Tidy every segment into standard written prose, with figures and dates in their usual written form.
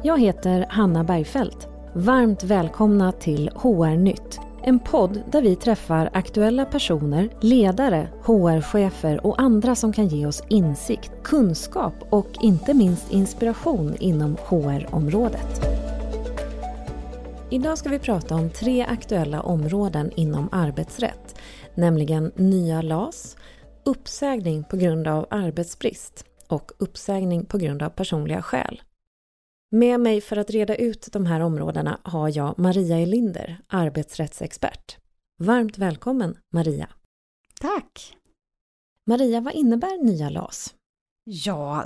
Jag heter Hanna Bergfeldt. Varmt välkomna till HR-nytt. En podd där vi träffar aktuella personer, ledare, HR-chefer och andra som kan ge oss insikt, kunskap och inte minst inspiration inom HR-området. Idag ska vi prata om 3 aktuella områden inom arbetsrätt, nämligen nya LAS, uppsägning på grund av arbetsbrist och uppsägning på grund av personliga skäl. Med mig för att reda ut de här områdena har jag Maria Elinder, arbetsrättsexpert. Varmt välkommen Maria. Tack. Maria, vad innebär nya LAS? Ja,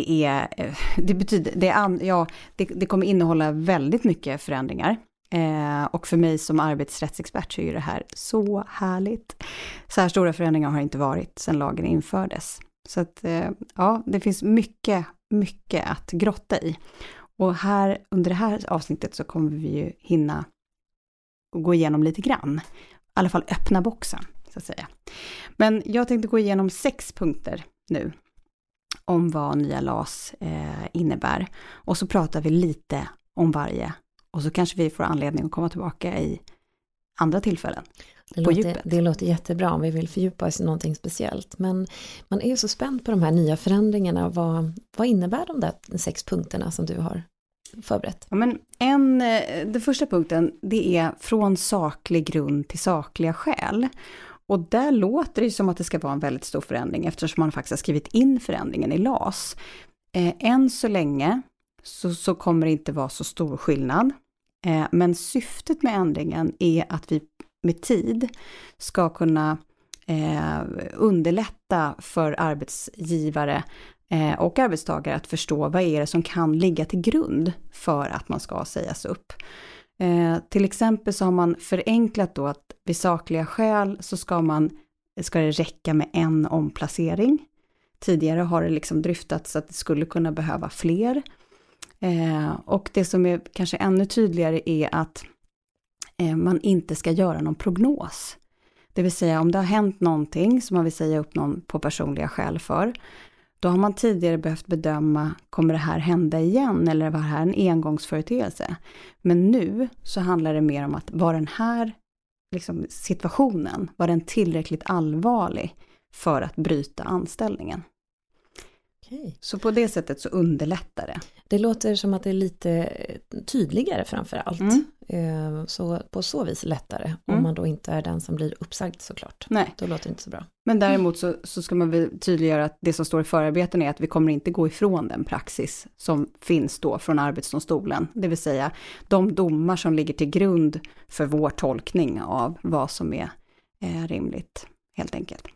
det kommer innehålla väldigt mycket förändringar. Och för mig som arbetsrättsexpert så är det här så härligt. Så här stora förändringar har inte varit sedan lagen infördes. Så att det finns mycket att grotta i. Och här under det här avsnittet så kommer vi ju hinna gå igenom lite grann. I alla fall öppna boxen så att säga. Men jag tänkte gå igenom 6 punkter nu om vad nya LAS innebär. Och så pratar vi lite om varje. Och så kanske vi får anledning att komma tillbaka i andra tillfällen. Det låter jättebra om vi vill fördjupa oss i någonting speciellt. Men man är ju så spänd på de här nya förändringarna. Vad innebär de där 6 punkterna som du har förberett? Ja, men den första punkten, det är från saklig grund till sakliga skäl. Och där låter det som att det ska vara en väldigt stor förändring eftersom man faktiskt har skrivit in förändringen i LAS. Än så länge så kommer det inte vara så stor skillnad. Men syftet med ändringen är att vi med tid ska kunna underlätta för arbetsgivare och arbetstagare att förstå vad är det som kan ligga till grund för att man ska sägas upp. Till exempel så har man förenklat då att vid sakliga skäl så ska det räcka med en omplacering. Tidigare har det liksom dryftats att det skulle kunna behöva fler. Och det som är kanske ännu tydligare är att man inte ska göra någon prognos. Det vill säga om det har hänt någonting som man vill säga upp någon på personliga skäl för. Då har man tidigare behövt bedöma, kommer det här hända igen eller var det här en engångsföreteelse? Men nu så handlar det mer om att var den här situationen, var den tillräckligt allvarlig för att bryta anställningen. Okej. Så på det sättet så underlättar det. Det låter som att det är lite tydligare framför allt. Så på så vis lättare. Om man då inte är den som blir uppsagd såklart. Nej. Då låter det inte så bra. Men däremot så ska man väl tydliggöra att det som står i förarbeten är att vi kommer inte gå ifrån den praxis som finns då från Arbetsdomstolen. Det vill säga de domar som ligger till grund för vår tolkning av vad som är rimligt helt enkelt.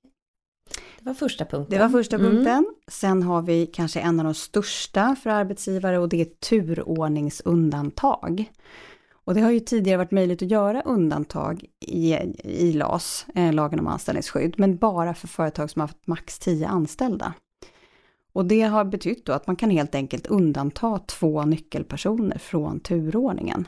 Det var första punkten. Det var första punkten. Sen har vi kanske en av de största för arbetsgivare och det är turordningsundantag. Och det har ju tidigare varit möjligt att göra undantag i LAS, lagen om anställningsskydd, men bara för företag som har haft max 10 anställda. Och det har betytt då att man kan helt enkelt undanta 2 nyckelpersoner från turordningen.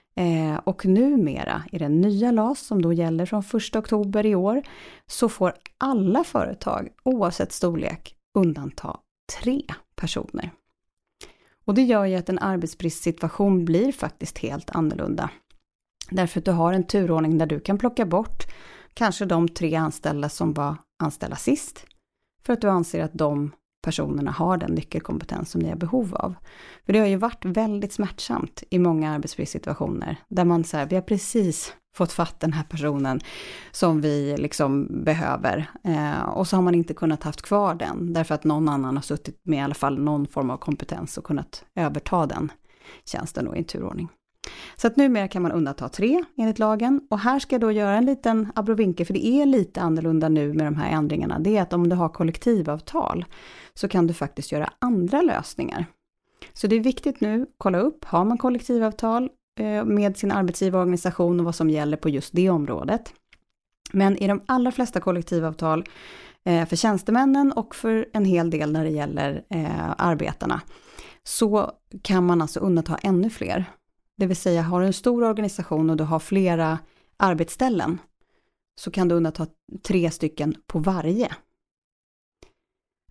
Och numera i den nya LAS som då gäller från 1 oktober i år så får alla företag oavsett storlek undanta 3 personer. Och det gör ju att en arbetsbristsituation blir faktiskt helt annorlunda. Därför att du har en turordning där du kan plocka bort kanske de 3 anställda som var anställda sist. För att du anser att de personerna har den nyckelkompetens som ni har behov av. För det har ju varit väldigt smärtsamt i många arbetsbristsituationer. Där man säger, vi har precis fått fatt den här personen som vi liksom behöver. Och så har man inte kunnat haft kvar den. Därför att någon annan har suttit med i alla fall någon form av kompetens och kunnat överta den tjänsten då i en turordning. Så att numera kan man undanta 3 enligt lagen. Och här ska jag då göra en liten abrovinkel, för det är lite annorlunda nu med de här ändringarna. Det är att om du har kollektivavtal så kan du faktiskt göra andra lösningar. Så det är viktigt nu, kolla upp, har man kollektivavtal med sin arbetsgivarorganisation och vad som gäller på just det området. Men i de allra flesta kollektivavtal för tjänstemännen och för en hel del när det gäller arbetarna så kan man alltså undanta ännu fler. Det vill säga, har du en stor organisation och du har flera arbetsställen så kan du undanta 3 stycken på varje.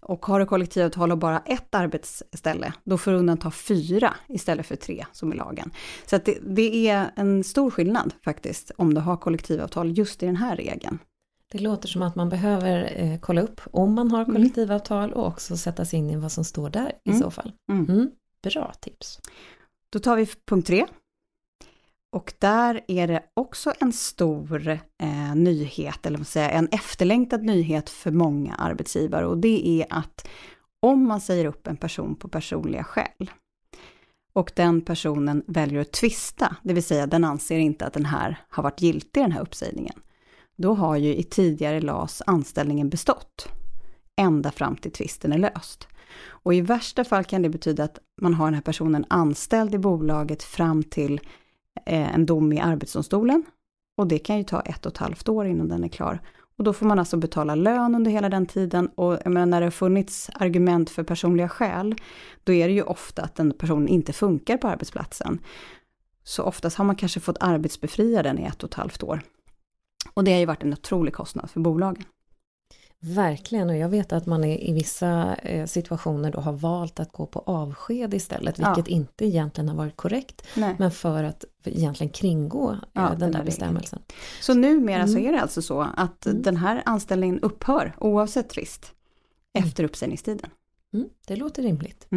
Och har du kollektivavtal och bara ett arbetsställe, då får du undanta 4 istället för 3 som i lagen. Så att det är en stor skillnad faktiskt om du har kollektivavtal just i den här regeln. Det låter som att man behöver kolla upp om man har kollektivavtal och också sätta sig in i vad som står där i så fall. Bra tips. Då tar vi punkt 3. Och där är det också en stor nyhet, eller vad säga, en efterlängtad nyhet för många arbetsgivare. Och det är att om man säger upp en person på personliga skäl och den personen väljer att tvista, det vill säga den anser inte att den här har varit giltig, den här uppsägningen, då har ju i tidigare LAS anställningen bestått ända fram till tvisten är löst. Och i värsta fall kan det betyda att man har den här personen anställd i bolaget fram till en dom i Arbetsdomstolen. Och det kan ju ta 1,5 år innan den är klar. Och då får man alltså betala lön under hela den tiden. Och jag menar, när det har funnits argument för personliga skäl, då är det ju ofta att den personen inte funkar på arbetsplatsen. Så oftast har man kanske fått arbetsbefria den i 1,5 år. Och det har ju varit en otrolig kostnad för bolagen. Verkligen, och jag vet att man i vissa situationer då har valt att gå på avsked istället, vilket inte egentligen har varit korrekt. Nej. Men för att egentligen kringgå den där bestämmelsen. Så numera så är det alltså så att den här anställningen upphör oavsett tvist efter uppsägningstiden. Det låter rimligt.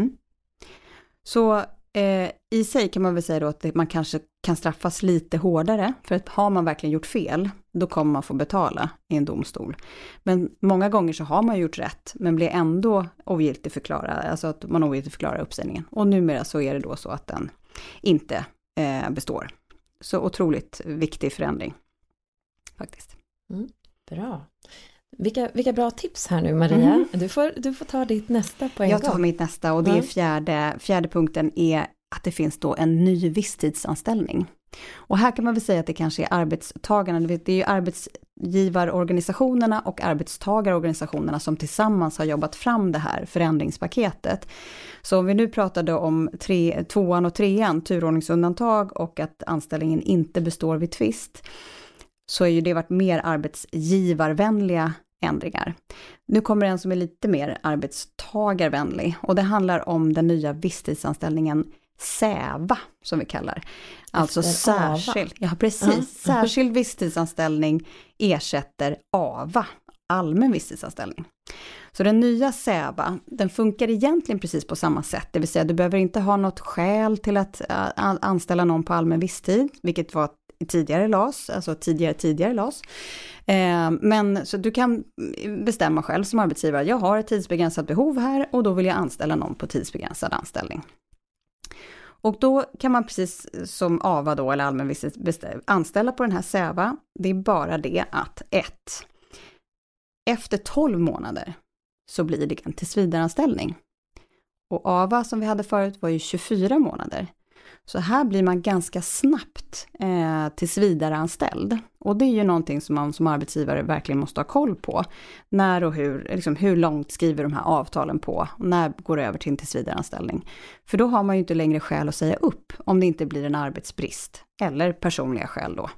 Så i sig kan man väl säga då att man kanske kan straffas lite hårdare, för att har man verkligen gjort fel, då kommer man få betala i en domstol. Men många gånger så har man gjort rätt, men blir ändå ogiltigförklarad, alltså att man ogiltigförklarar uppsägningen. Och numera så är det då så att den inte består. Så otroligt viktig förändring faktiskt. Bra. Vilka bra tips här nu, Maria. Du får ta ditt nästa på en gång. Jag tar mitt nästa, och det är fjärde punkten är att det finns då en ny visstidsanställning. Och här kan man väl säga att det kanske är arbetstagarna, det är ju arbetsgivarorganisationerna och arbetstagarorganisationerna som tillsammans har jobbat fram det här förändringspaketet. Så om vi nu pratade om 2:an och 3:an, turordningsundantag och att anställningen inte består vid tvist, så är ju det varit mer arbetsgivarvänliga ändringar. Nu kommer en som är lite mer arbetstagarvänlig, och det handlar om den nya visstidsanställningen SÄVA som vi kallar. Alltså särskild, särskild visstidsanställning ersätter AVA, allmän visstidsanställning. Så den nya SÄVA, den funkar egentligen precis på samma sätt, det vill säga du behöver inte ha något skäl till att anställa någon på allmän visstid, vilket var tidigare LAS, alltså tidigare LAS. Men så du kan bestämma själv som arbetsgivare, jag har ett tidsbegränsat behov här och då vill jag anställa någon på tidsbegränsad anställning. Och då kan man precis som AVA då, eller allmän visstid, anställa på den här SÄVA. Det är bara det att efter 12 månader så blir det en tillsvidareanställning. Och AVA som vi hade förut var ju 24 månader. Så här blir man ganska snabbt tillsvidareanställd. Och det är ju någonting som man som arbetsgivare verkligen måste ha koll på. När och hur, liksom hur långt skriver de här avtalen på? Och när går det över till en tillsvidareanställning? För då har man ju inte längre skäl att säga upp om det inte blir en arbetsbrist. Eller personliga skäl då.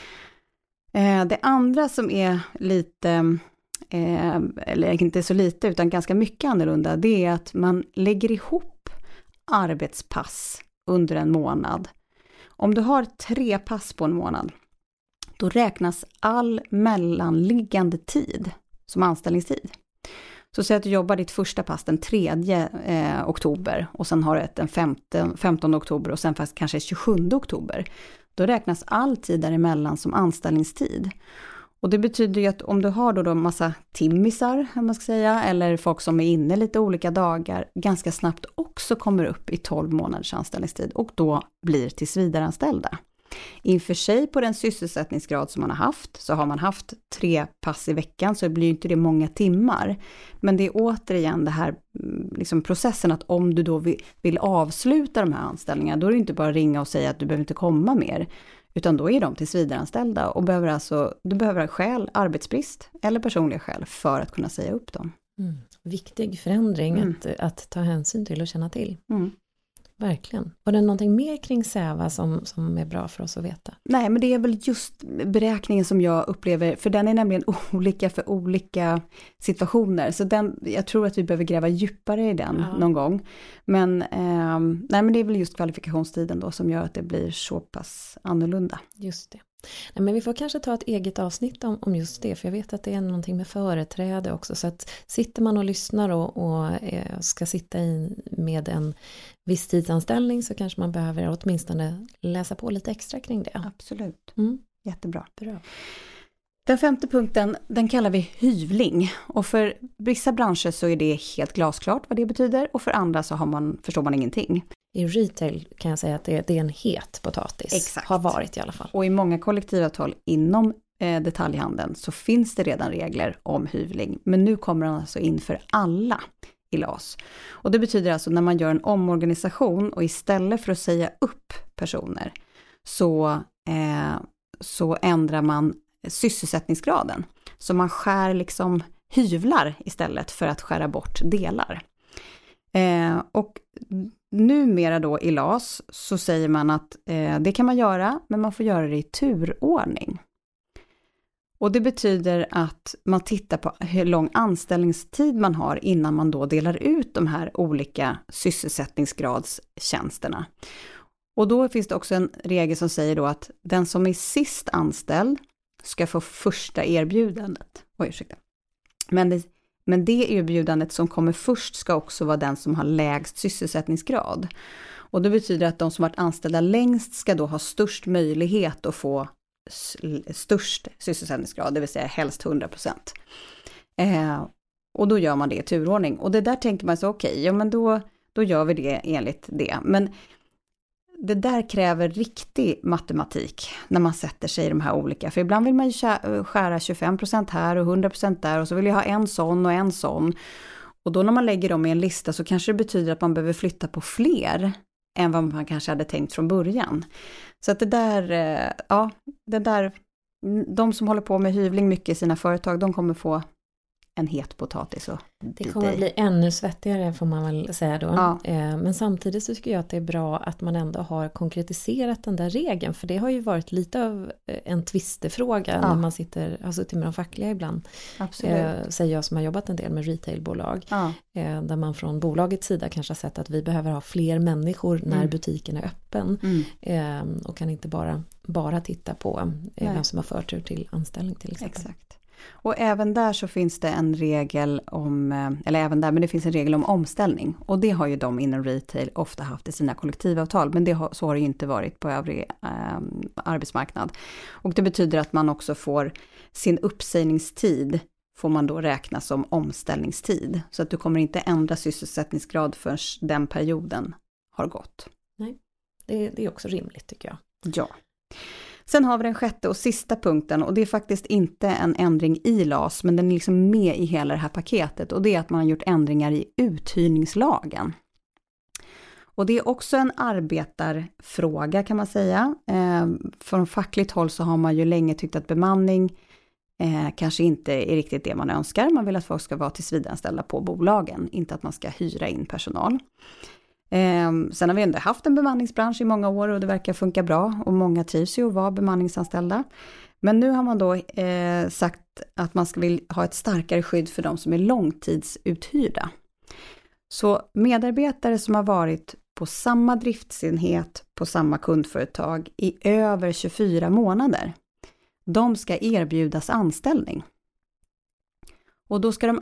Det andra som är lite, eller inte så lite utan ganska mycket annorlunda, det är att man lägger ihop arbetspass under en månad. Om du har 3 pass på en månad, då räknas all mellanliggande tid som anställningstid. Så säg att du jobbar ditt första pass den 3 oktober och sen har du ett den 15 oktober och sen fast kanske 27 oktober. Då räknas all tid däremellan som anställningstid. Och det betyder ju att om du har då en massa timmisar, man ska säga, eller folk som är inne lite olika dagar, ganska snabbt också kommer upp i 12 månaders anställningstid och då blir tillsvidareanställda. Inför sig på den sysselsättningsgrad som man har haft, så har man haft 3 pass i veckan, så blir inte det många timmar. Men det är återigen det här liksom processen att om du då vill avsluta de här anställningarna, då är det inte bara ringa och säga att du behöver inte komma mer. Utan då är de tillsvidareanställda och du behöver skäl, arbetsbrist eller personliga skäl för att kunna säga upp dem. Viktig förändring att ta hänsyn till och känna till. verkligen. Var det någonting mer kring SÄVA som är bra för oss att veta? Nej, men det är väl just beräkningen som jag upplever, för den är nämligen olika för olika situationer. Så jag tror att vi behöver gräva djupare i den någon gång. Men, men det är väl just kvalifikationstiden då som gör att det blir så pass annorlunda. Just det. Nej, men vi får kanske ta ett eget avsnitt om just det, för jag vet att det är någonting med företräde också, så att sitter man och lyssnar och ska sitta med en visstidsanställning så kanske man behöver åtminstone läsa på lite extra kring det. Absolut, jättebra. Bra. Den 5:e punkten, den kallar vi hyvling, och för vissa branscher så är det helt glasklart vad det betyder, och för andra så förstår man ingenting. I retail kan jag säga att det är en het potatis. Exakt. Har varit i alla fall. Och i många kollektivavtal inom detaljhandeln så finns det redan regler om hyvling. Men nu kommer den alltså in för alla i LAS. Och det betyder alltså när man gör en omorganisation och istället för att säga upp personer så ändrar man sysselsättningsgraden. Så man hyvlar istället för att skära bort delar. Och numera då i LAS så säger man att det kan man göra, men man får göra det i turordning. Och det betyder att man tittar på hur lång anställningstid man har innan man då delar ut de här olika sysselsättningsgradstjänsterna. Och då finns det också en regel som säger då att den som är sist anställd ska få första erbjudandet. Men det erbjudandet som kommer först ska också vara den som har lägst sysselsättningsgrad. Och det betyder att de som varit anställda längst ska då ha störst möjlighet att få störst sysselsättningsgrad, det vill säga helst 100%. Och då gör man det i turordning. Och det där tänker man så men då gör vi det enligt det. Men det där kräver riktig matematik när man sätter sig i de här olika. För ibland vill man ju skära 25% här och 100% där, och så vill jag ha en sån och en sån. Och då när man lägger dem i en lista så kanske det betyder att man behöver flytta på fler än vad man kanske hade tänkt från början. Så att de som håller på med hyvling mycket i sina företag, de kommer få en het potatis. Det kommer bli ännu svettigare får man väl säga då. Ja. Men samtidigt så tycker jag att det är bra att man ändå har konkretiserat den där regeln. För det har ju varit lite av en tvistefråga när man har suttit med de fackliga ibland. Absolut. Säger jag som har jobbat en del med retailbolag. Ja. Där man från bolagets sida kanske har sett att vi behöver ha fler människor när butiken är öppen. Och kan inte bara titta på vem som har förtur till anställning till exempel. Exakt. Och även där så finns det en regel men det finns en regel om omställning. Och det har ju de inom retail ofta haft i sina kollektivavtal, men så har det ju inte varit på övrig arbetsmarknad. Och det betyder att man också får sin uppsägningstid, får man då räkna som omställningstid. Så att du kommer inte ändra sysselsättningsgrad förrän den perioden har gått. Nej, det är också rimligt tycker jag. Ja. Sen har vi den 6:e och sista punkten, och det är faktiskt inte en ändring i LAS, men den är liksom med i hela det här paketet, och det är att man har gjort ändringar i uthyrningslagen. Och det är också en arbetarfråga kan man säga. Från fackligt håll så har man ju länge tyckt att bemanning kanske inte är riktigt det man önskar. Man vill att folk ska vara tillsvidareanställda på bolagen, inte att man ska hyra in personal. Sen har vi ändå haft en bemanningsbransch i många år och det verkar funka bra, och många trivs ju att vara bemanningsanställda. Men nu har man då sagt att man vill ha ett starkare skydd för de som är långtidsuthyrda. Så medarbetare som har varit på samma driftsenhet på samma kundföretag i över 24 månader, de ska erbjudas anställning. Och då ska de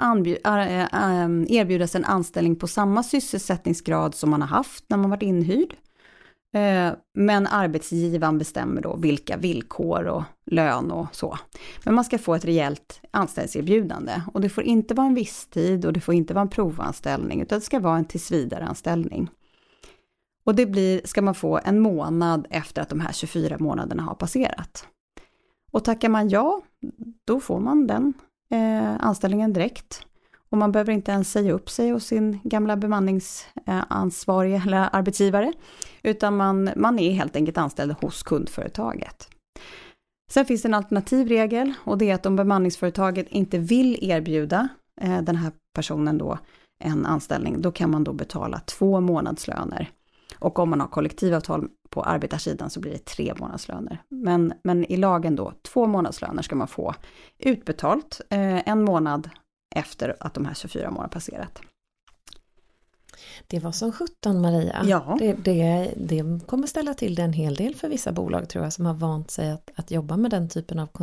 erbjudas en anställning på samma sysselsättningsgrad som man har haft när man varit inhyrd. Men arbetsgivaren bestämmer då vilka villkor och lön och så. Men man ska få ett rejält anställningserbjudande. Och det får inte vara en viss tid och det får inte vara en provanställning, utan det ska vara en tillsvidareanställning. Och det ska man få en månad efter att de här 24 månaderna har passerat. Och tackar man ja, då får man den anställningen direkt. Och man behöver inte ens säga upp sig hos sin gamla bemanningsansvarige eller arbetsgivare. Utan man är helt enkelt anställd hos kundföretaget. Sen finns det en alternativ regel, och det är att om bemanningsföretaget inte vill erbjuda den här personen då en anställning, då kan man då betala 2 månadslöner. Och om man har kollektivavtal på arbetarsidan så blir det 3 månadslöner. Men i lagen då, 2 månadslöner ska man få utbetalt 1 månad efter att de här 24 månaderna passerat. Det var som 17, Maria. Ja. Det kommer ställa till det en hel del för vissa bolag, tror jag, som har vant sig att jobba med den typen av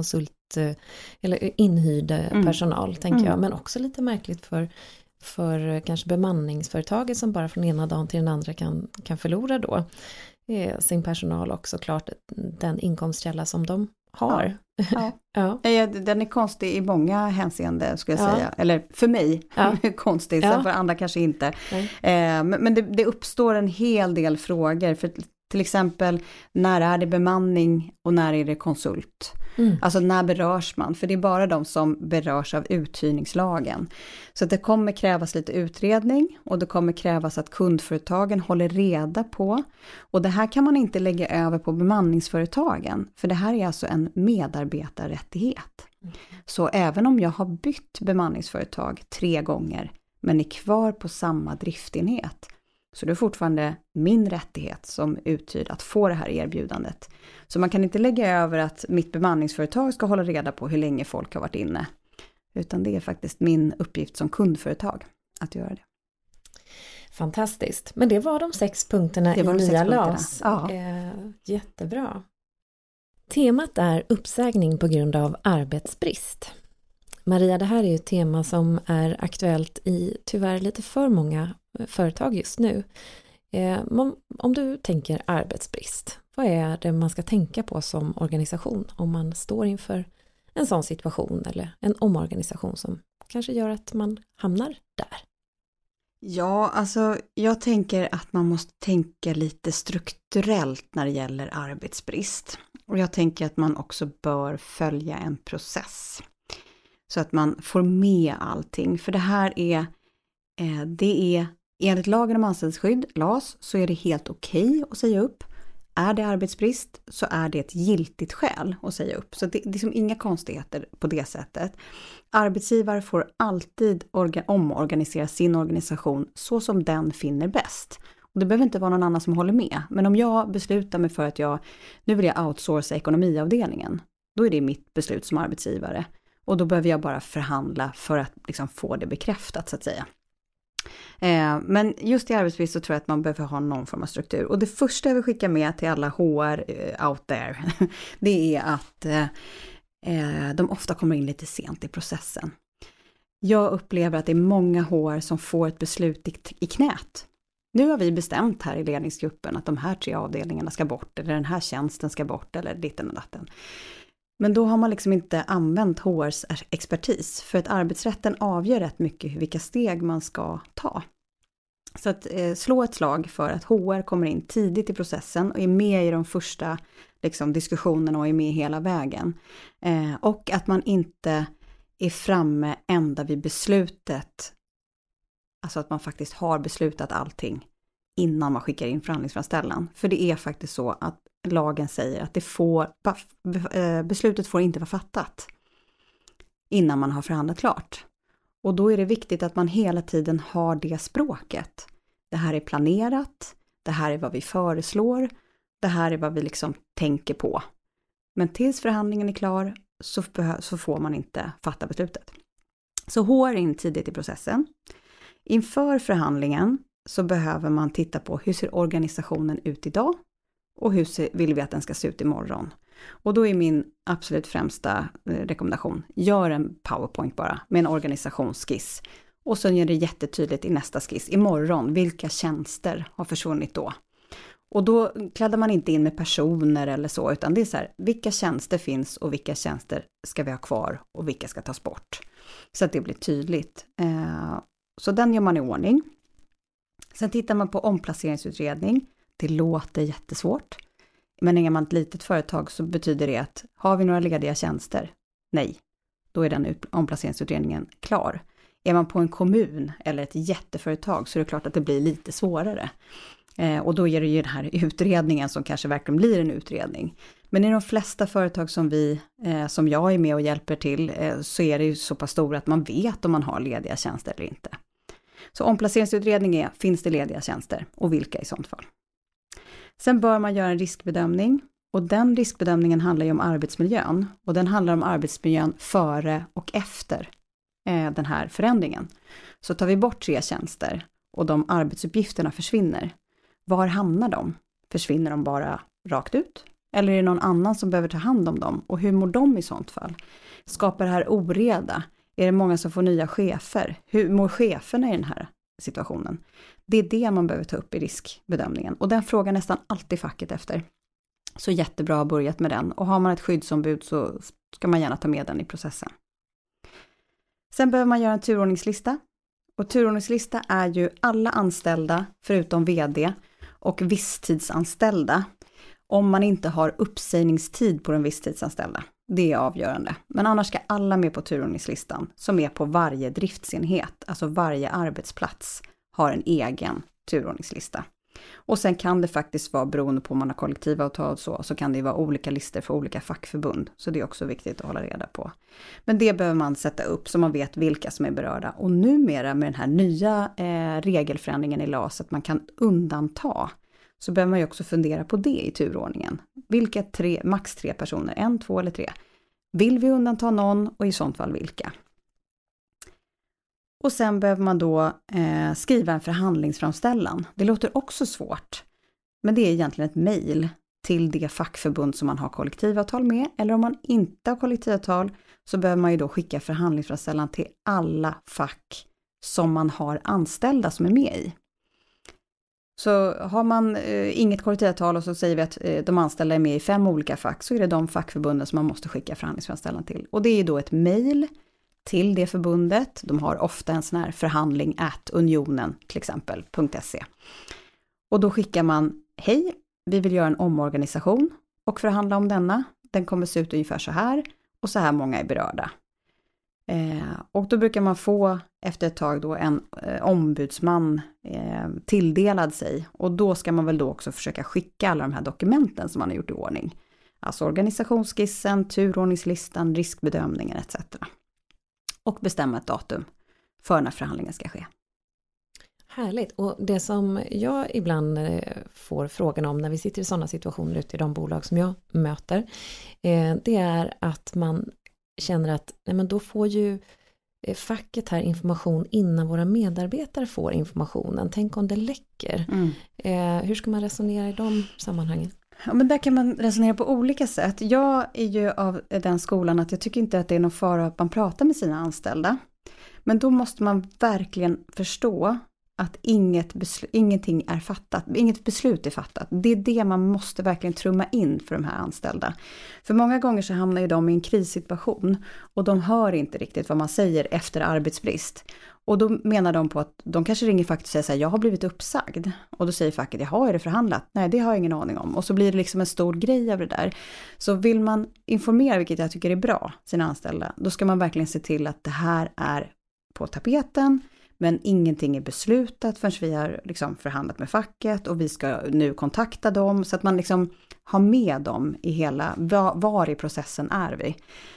eller inhyrd personal, tänker jag. Men också lite märkligt för kanske bemanningsföretaget som bara från ena dagen till den andra kan förlora då sin personal, och såklart den inkomstkälla som de har. Ja. Ja. Den är konstig i många hänseenden, skulle jag säga. Eller för mig konstig, sen för andra kanske inte. Men det uppstår en hel del frågor. För till exempel, när är det bemanning och när är det konsult? Alltså när berörs man? För det är bara de som berörs av uthyrningslagen. Så det kommer krävas lite utredning, och det kommer krävas att kundföretagen håller reda på. Och det här kan man inte lägga över på bemanningsföretagen. För det här är alltså en medarbetarrättighet. Så även om jag har bytt bemanningsföretag 3 gånger men är kvar på samma driftenhet, så det är fortfarande min rättighet som uthyrd att få det här erbjudandet. Så man kan inte lägga över att mitt bemanningsföretag ska hålla reda på hur länge folk har varit inne. Utan det är faktiskt min uppgift som kundföretag att göra det. Fantastiskt. Men det var de 6 punkterna i nya LAS. Ja. Jättebra. Temat är uppsägning på grund av arbetsbrist. Maria, det här är ju ett tema som är aktuellt i tyvärr lite för många företag just nu. Om du tänker arbetsbrist, vad är det man ska tänka på som organisation om man står inför en sån situation eller en omorganisation som kanske gör att man hamnar där? Ja, alltså jag tänker att man måste tänka lite strukturellt när det gäller arbetsbrist. Och jag tänker att man också bör följa en process. Så att man får med allting. För det här är enligt lagen om anställningsskydd, LAS, så är det helt okej att säga upp. Är det arbetsbrist så är det ett giltigt skäl att säga upp. Så det är liksom inga konstigheter på det sättet. Arbetsgivare får alltid omorganisera sin organisation så som den finner bäst. Och det behöver inte vara någon annan som håller med. Men om jag beslutar mig för att nu vill jag outsourca ekonomiavdelningen, då är det mitt beslut som arbetsgivare. Och då behöver jag bara förhandla för att liksom få det bekräftat, så att säga. Men just i arbetsbrist så tror jag att man behöver ha någon form av struktur. Och det första jag vill skicka med till alla HR out there, det är att de ofta kommer in lite sent i processen. Jag upplever att det är många HR som får ett beslut i knät. Nu har vi bestämt här i ledningsgruppen att de här 3 avdelningarna ska bort, eller den här tjänsten ska bort, eller ditten och datten. Men då har man liksom inte använt HRs expertis, för att arbetsrätten avgör rätt mycket vilka steg man ska ta. Så att slå ett slag för att HR kommer in tidigt i processen och är med i de första liksom, diskussionerna och är med hela vägen. Och att man inte är framme ända vid beslutet, alltså att man faktiskt har beslutat allting innan man skickar in förhandlingsframställan. För det är faktiskt så att lagen säger att beslutet får inte vara fattat innan man har förhandlat klart. Och då är det viktigt att man hela tiden har det språket. Det här är planerat, det här är vad vi föreslår, det här är vad vi liksom tänker på. Men tills förhandlingen är klar så får man inte fatta beslutet. Så HR in tidigt i processen. Inför förhandlingen så behöver man titta på hur ser organisationen ut idag och hur vill vi att den ska se ut imorgon. Och då är min absolut främsta rekommendation, gör en PowerPoint bara med en organisationsskiss. Och så är det jättetydligt i nästa skiss, imorgon, vilka tjänster har försvunnit då. Och då kladdar man inte in med personer eller så, utan det är så här, vilka tjänster finns och vilka tjänster ska vi ha kvar och vilka ska tas bort. Så att det blir tydligt. Så den gör man i ordning. Sen tittar man på omplaceringsutredning. Det låter jättesvårt. Men är man ett litet företag så betyder det att har vi några lediga tjänster? Nej. Då är den omplaceringsutredningen klar. Är man på en kommun eller ett jätteföretag så är det klart att det blir lite svårare. Och då är det ju den här utredningen som kanske verkligen blir en utredning. Men i de flesta företag som jag är med och hjälper till så är det ju så pass stora att man vet om man har lediga tjänster eller inte. Så omplaceringsutredning är, finns det lediga tjänster och vilka i sånt fall? Sen bör man göra en riskbedömning. Och den riskbedömningen handlar ju om arbetsmiljön. Och den handlar om arbetsmiljön före och efter den här förändringen. Så tar vi bort 3 tjänster och de arbetsuppgifterna försvinner. Var hamnar de? Försvinner de bara rakt ut? Eller är det någon annan som behöver ta hand om dem? Och hur mår de i sånt fall? Skapar det här oreda? Är det många som får nya chefer? Hur mår cheferna i den här situationen? Det är det man behöver ta upp i riskbedömningen. Och den frågar nästan alltid facket efter. Så jättebra att ha börjat med den. Och har man ett skyddsombud så ska man gärna ta med den i processen. Sen behöver man göra en turordningslista. Och turordningslista är ju alla anställda förutom vd och visstidsanställda. Om man inte har uppsägningstid på den visstidsanställda. Det är avgörande. Men annars ska alla med på turordningslistan som är på varje driftsenhet. Alltså varje arbetsplats har en egen turordningslista. Och sen kan det faktiskt vara, beroende på om man har kollektivavtal och så kan det vara olika listor för olika fackförbund. Så det är också viktigt att hålla reda på. Men det behöver man sätta upp så man vet vilka som är berörda. Och numera med den här nya regelförändringen i LAS att man kan undanta, så behöver man ju också fundera på det i turordningen. Vilka max 3 personer, 1, 2 eller 3. Vill vi undanta någon och i sånt fall vilka? Och sen behöver man då skriva en förhandlingsframställan. Det låter också svårt. Men det är egentligen ett mejl till det fackförbund som man har kollektivavtal med. Eller om man inte har kollektivavtal så behöver man ju då skicka förhandlingsframställan till alla fack som man har anställda som är med i. Så har man inget kollektivavtal och så säger vi att de anställda är med i 5 olika fack, så är det de fackförbunden som man måste skicka förhandlingsframställan till. Och det är då ett mejl till det förbundet. De har ofta en sån här förhandling @unionen till exempel .se. Och då skickar man: hej, vi vill göra en omorganisation och förhandla om denna. Den kommer se ut ungefär så här och så här många är berörda. Och då brukar man få efter ett tag då en ombudsman tilldelad sig. Och då ska man väl då också försöka skicka alla de här dokumenten som man har gjort i ordning. Alltså organisationsskissen, turordningslistan, riskbedömningen etc. Och bestämma ett datum för när förhandlingen ska ske. Härligt. Och det som jag ibland får frågan om när vi sitter i sådana situationer ute i de bolag som jag möter, det är att man känner att nej, men då får ju facket här information innan våra medarbetare får informationen. Tänk om det läcker. Hur ska man resonera i de sammanhangen? Ja, men där kan man resonera på olika sätt. Jag är ju av den skolan att jag tycker inte att det är någon fara att man pratar med sina anställda. Men då måste man verkligen förstå att ingenting är fattat, inget beslut är fattat. Det är det man måste verkligen trumma in för de här anställda. För många gånger så hamnar ju de i en krissituation och de hör inte riktigt vad man säger efter arbetsbrist. Och då menar de på att de kanske ringer facket och säger så här: jag har blivit uppsagd. Och då säger facket: jaha, är det förhandlat? Nej, det har jag ingen aning om. Och så blir det liksom en stor grej av det där. Så vill man informera, vilket jag tycker är bra, sina anställda, då ska man verkligen se till att det här är på tapeten. Men ingenting är beslutat förrän vi har liksom förhandlat med facket och vi ska nu kontakta dem. Så att man liksom har med dem i hela, var i processen är vi.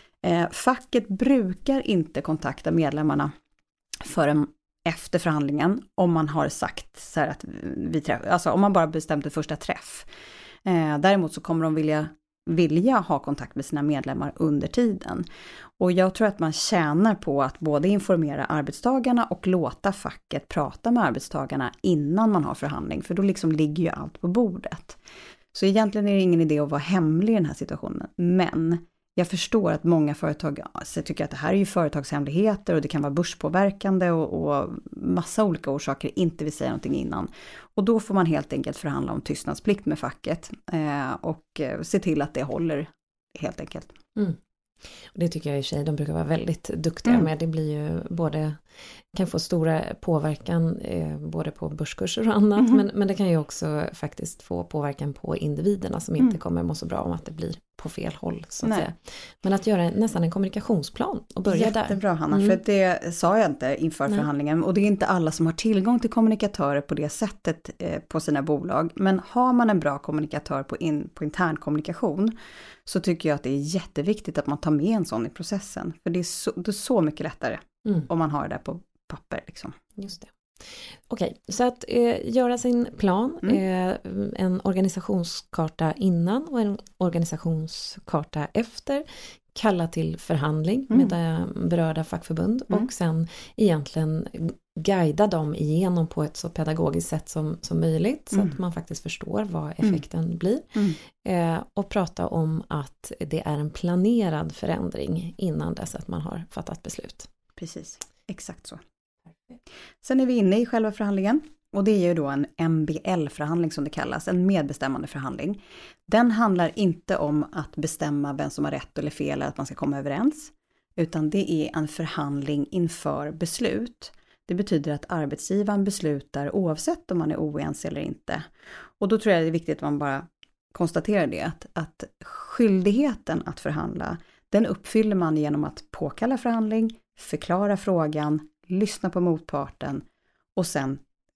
Facket brukar inte kontakta medlemmarna förrän efter förhandlingen om man har sagt så här att alltså om man bara bestämt en första träff. Däremot så kommer de vilja ha kontakt med sina medlemmar under tiden. Och jag tror att man tjänar på att både informera arbetstagarna och låta facket prata med arbetstagarna innan man har förhandling. För då liksom ligger ju allt på bordet. Så egentligen är det ingen idé att vara hemlig i den här situationen. Men jag förstår att många företag tycker att det här är ju företagshemligheter och det kan vara börspåverkande och massa olika orsaker inte vill säga någonting innan. Och då får man helt enkelt förhandla om tystnadsplikt med facket och se till att det håller helt enkelt. Och det tycker jag i sig, de brukar vara väldigt duktiga med. Det blir ju kan få stora påverkan både på börskurser och annat. Men det kan ju också faktiskt få påverkan på individerna som inte kommer må så bra om att det blir på fel håll så att säga. Men att göra nästan en kommunikationsplan och börja där. Jättebra Hanna, för det sa jag inte inför förhandlingen. Och det är inte alla som har tillgång till kommunikatörer på det sättet på sina bolag. Men har man en bra kommunikatör på intern kommunikation så tycker jag att det är jätteviktigt att man tar med en sån i processen. För det är så mycket lättare om man har det där på papper liksom. Just det. Okej, så att göra sin plan, en organisationskarta innan och en organisationskarta efter, kalla till förhandling med berörda fackförbund och sen egentligen guida dem igenom på ett så pedagogiskt sätt som möjligt så att man faktiskt förstår vad effekten blir. Och prata om att det är en planerad förändring innan dess att man har fattat beslut. Precis, exakt så. Sen är vi inne i själva förhandlingen och det är ju då en MBL-förhandling som det kallas, en medbestämmande förhandling. Den handlar inte om att bestämma vem som har rätt eller fel eller att man ska komma överens, utan det är en förhandling inför beslut. Det betyder att arbetsgivaren beslutar oavsett om man är oense eller inte. Och då tror jag det är viktigt att man bara konstaterar det, att skyldigheten att förhandla, den uppfyller man genom att påkalla förhandling, förklara frågan, lyssna på motparten och sen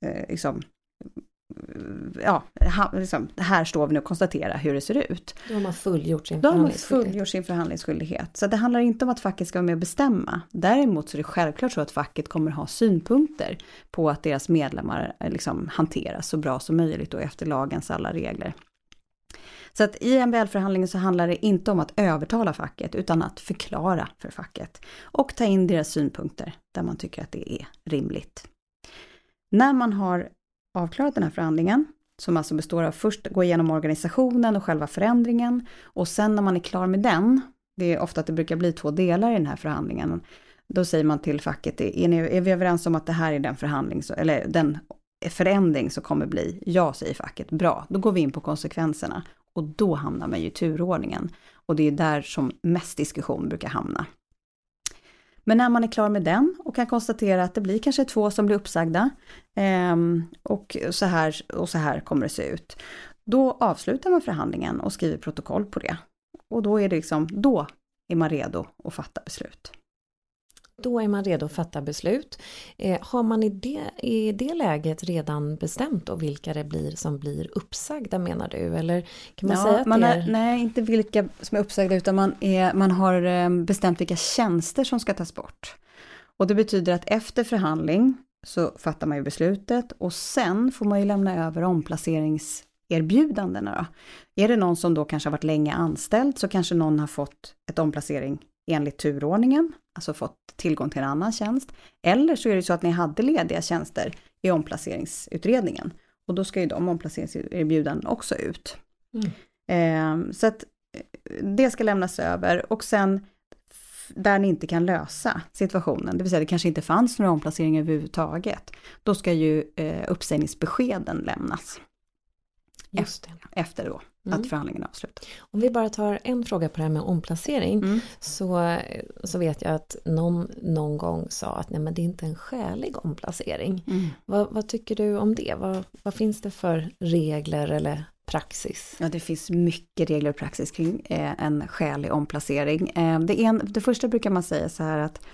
här står vi nu och konstaterar hur det ser ut. Då har man fullgjort sin förhandlingsskyldighet. Så det handlar inte om att facket ska vara med och bestämma. Däremot så är det självklart så att facket kommer ha synpunkter på att deras medlemmar hanteras så bra som möjligt och efter lagens alla regler. Så att i MBL-förhandlingen så handlar det inte om att övertala facket utan att förklara för facket och ta in deras synpunkter där man tycker att det är rimligt. När man har avklarat den här förhandlingen, som alltså består av först gå igenom organisationen och själva förändringen och sen när man är klar med den, det är ofta att det brukar bli 2 delar i den här förhandlingen, då säger man till facket, är vi överens om att det här är den förhandling eller den förändring som kommer bli? Ja, säger facket, bra, då går vi in på konsekvenserna. Och då hamnar man ju i turordningen. Och det är där som mest diskussion brukar hamna. Men när man är klar med den och kan konstatera att det blir kanske 2 som blir uppsagda. Och så här kommer det se ut. Då avslutar man förhandlingen och skriver protokoll på det. Och då är man redo att fatta beslut. Då är man redo att fatta beslut. Har man i det läget redan bestämt då vilka det blir som blir uppsagda, menar du? Eller kan man säga att nej, inte vilka som är uppsagda, utan man har bestämt vilka tjänster som ska tas bort. Och det betyder att efter förhandling så fattar man ju beslutet och sen får man ju lämna över omplaceringserbjudandena då. Är det någon som då kanske har varit länge anställd så kanske någon har fått ett omplacering enligt turordningen, alltså fått tillgång till en annan tjänst. Eller så är det så att ni hade lediga tjänster i omplaceringsutredningen. Och då ska ju de omplaceringserbjudanden också ut. Så att det ska lämnas över. Och sen där ni inte kan lösa situationen, det vill säga det kanske inte fanns några omplaceringar överhuvudtaget, då ska ju uppsägningsbeskeden lämnas. Just det. Efter då att förhandlingen är avslutad. Om vi bara tar en fråga på det här med omplacering så vet jag att någon gång sa att nej, men det är inte en skälig omplacering. Vad tycker du om det? Vad finns det för regler eller praxis? Ja, det finns mycket regler och praxis kring en skälig omplacering. Det första brukar man säga så här att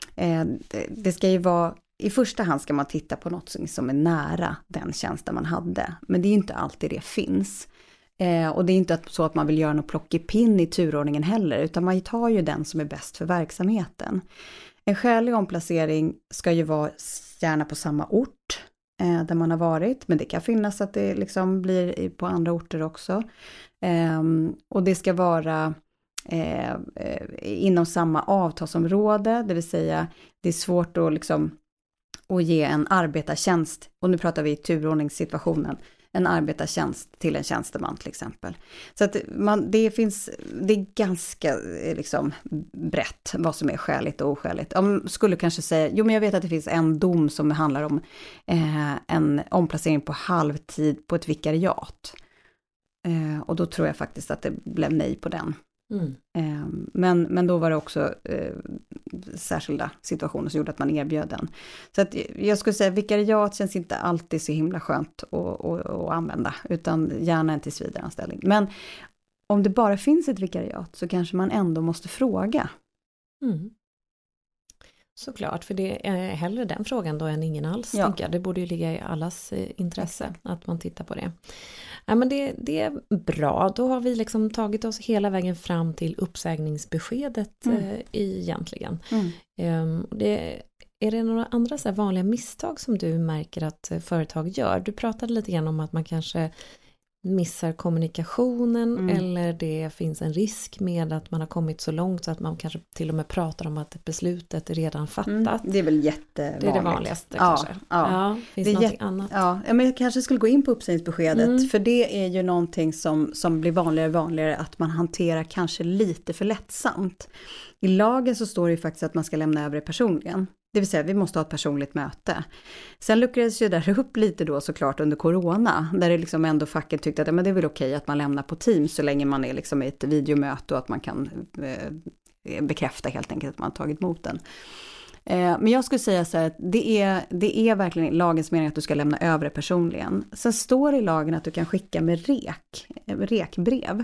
det ska ju vara, i första hand ska man titta på något som är nära den tjänsten man hade. Men det är inte alltid det finns. Och det är inte så att man vill göra något plockepinn i turordningen heller, utan man tar ju den som är bäst för verksamheten. En skälig omplacering ska ju vara gärna på samma ort där man har varit, men det kan finnas att det blir på andra orter också. Och det ska vara inom samma avtalsområde, det vill säga det är svårt att och ge en arbetartjänst, och nu pratar vi i turordningssituationen, en arbetartjänst till en tjänsteman till exempel. Så att det är ganska brett vad som är skäligt och oskäligt. Jag skulle kanske säga, men jag vet att det finns en dom som handlar om en omplacering på halvtid på ett vikariat. Och då tror jag faktiskt att det blev nej på den. Men då var det också särskilda situationer som gjorde att man erbjöd den. Så att jag skulle säga vikariat känns inte alltid så himla skönt att använda, utan gärna en tillsvidareanställning. Men om det bara finns ett vikariat så kanske man ändå måste fråga. Såklart, för det är hellre den frågan då än ingen alls, tänker jag. Det borde ju ligga i allas intresse att man tittar på det. Ja, men det är bra. Då har vi tagit oss hela vägen fram till uppsägningsbeskedet egentligen. Det Är det några andra så här vanliga misstag som du märker att företag gör? Du pratade lite grann om att man kanske missar kommunikationen eller det finns en risk med att man har kommit så långt så att man kanske till och med pratar om att beslutet är redan fattat. Det är väl jättevanligt. Det är det vanligaste kanske. Ja. Finns det någonting annat? Ja, men jag kanske skulle gå in på uppsägningsbeskedet. För det är ju någonting som blir vanligare och vanligare att man hanterar kanske lite för lättsamt. I lagen så står det ju faktiskt att man ska lämna över det personligen. Det vill säga vi måste ha ett personligt möte. Sen luckrades ju där upp lite då såklart under corona. Där det liksom ändå facket tyckte att men det är väl okej att man lämnar på Teams så länge man är liksom i ett videomöte och att man kan bekräfta helt enkelt att man har tagit emot den. Men jag skulle säga så här att det är verkligen lagens mening att du ska lämna över det personligen. Sen står det i lagen att du kan skicka med rekbrev.